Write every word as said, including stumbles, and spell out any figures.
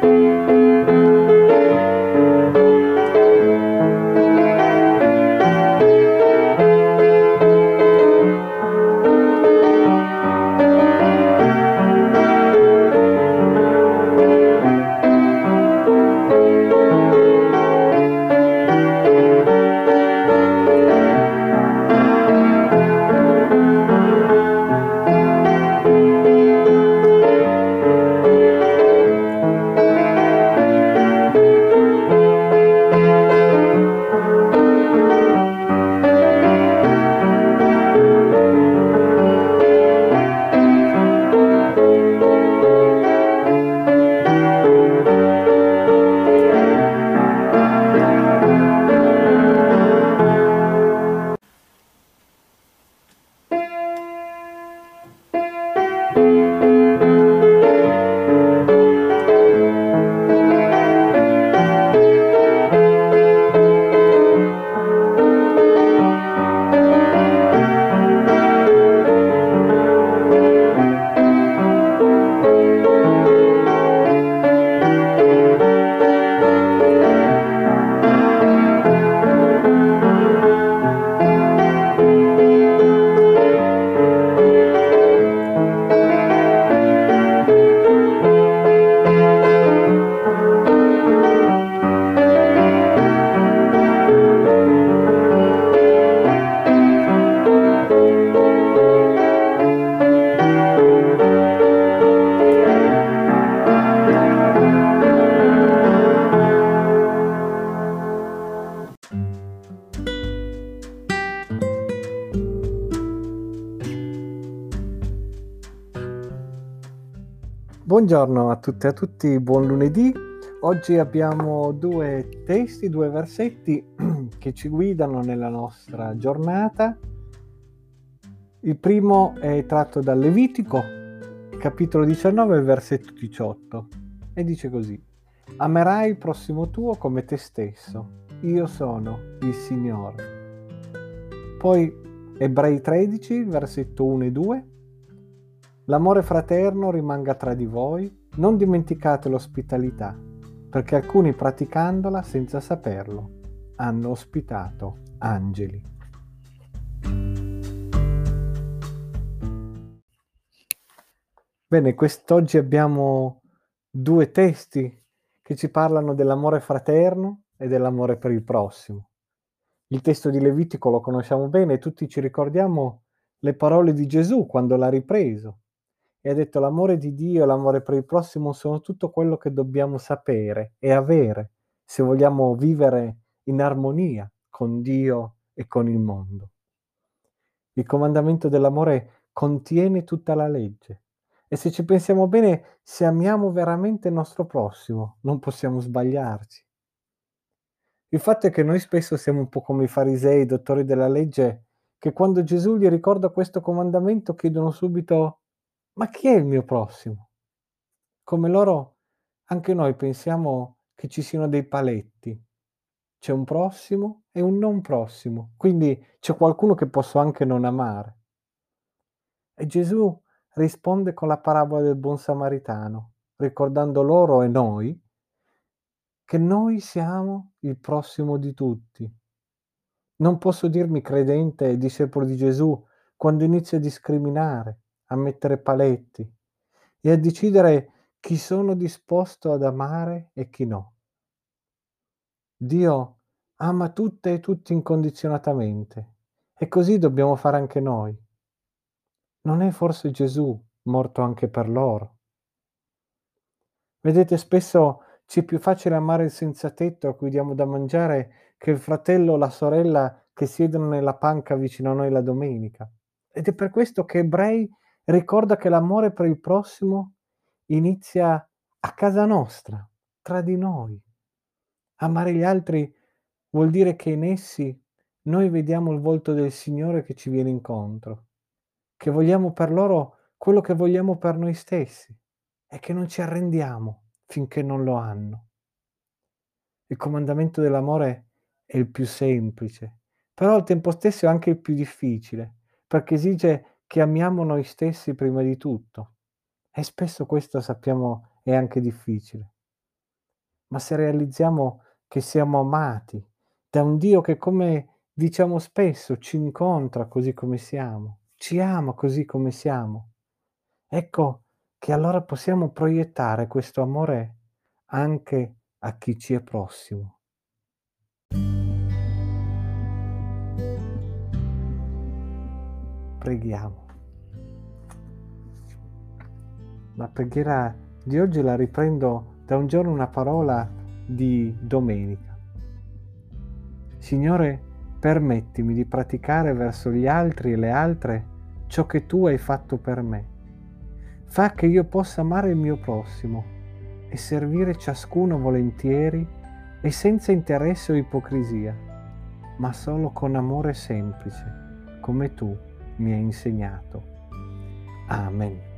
Buongiorno a tutte e a tutti, buon lunedì. Oggi abbiamo due testi, due versetti che ci guidano nella nostra giornata. Il primo è tratto dal Levitico, capitolo diciannove, versetto diciotto, e dice così: amerai il prossimo tuo come te stesso, io sono il Signore. Poi Ebrei tredici, versetto uno e due: l'amore fraterno rimanga tra di voi, non dimenticate l'ospitalità, perché alcuni praticandola senza saperlo hanno ospitato angeli. Bene, quest'oggi abbiamo due testi che ci parlano dell'amore fraterno e dell'amore per il prossimo. Il testo di Levitico lo conosciamo bene, tutti ci ricordiamo le parole di Gesù quando l'ha ripreso. E ha detto: l'amore di Dio e l'amore per il prossimo sono tutto quello che dobbiamo sapere e avere se vogliamo vivere in armonia con Dio e con il mondo. Il comandamento dell'amore contiene tutta la legge e se ci pensiamo bene, se amiamo veramente il nostro prossimo, non possiamo sbagliarci. Il fatto è che noi spesso siamo un po' come i farisei, i dottori della legge, che quando Gesù gli ricorda questo comandamento chiedono subito: ma chi è il mio prossimo? Come loro, anche noi pensiamo che ci siano dei paletti. C'è un prossimo e un non prossimo, quindi c'è qualcuno che posso anche non amare. E Gesù risponde con la parabola del buon samaritano, ricordando loro e noi che noi siamo il prossimo di tutti. Non posso dirmi credente e discepolo di Gesù quando inizio a discriminare, a mettere paletti e a decidere chi sono disposto ad amare e chi no. Dio ama tutte e tutti incondizionatamente e così dobbiamo fare anche noi. Non è forse Gesù morto anche per loro? Vedete, spesso ci è più facile amare il senzatetto a cui diamo da mangiare che il fratello o la sorella che siedono nella panca vicino a noi la domenica. Ed è per questo che Ebrei ricorda che l'amore per il prossimo inizia a casa nostra, tra di noi. Amare gli altri vuol dire che in essi noi vediamo il volto del Signore che ci viene incontro, che vogliamo per loro quello che vogliamo per noi stessi e che non ci arrendiamo finché non lo hanno. Il comandamento dell'amore è il più semplice, però al tempo stesso è anche il più difficile, perché esige che amiamo noi stessi prima di tutto. E spesso questo sappiamo è anche difficile. ma se realizziamo che siamo amati da un Dio che, come diciamo spesso, ci incontra così come siamo, ci ama così come siamo, ecco che allora possiamo proiettare questo amore anche a chi ci è prossimo. Preghiamo. La preghiera di oggi la riprendo da un giorno, una parola di domenica. Signore, permettimi di praticare verso gli altri e le altre ciò che tu hai fatto per me. Fa che io possa amare il mio prossimo e servire ciascuno volentieri e senza interesse o ipocrisia, ma solo con amore semplice, come tu mi hai insegnato. Amen.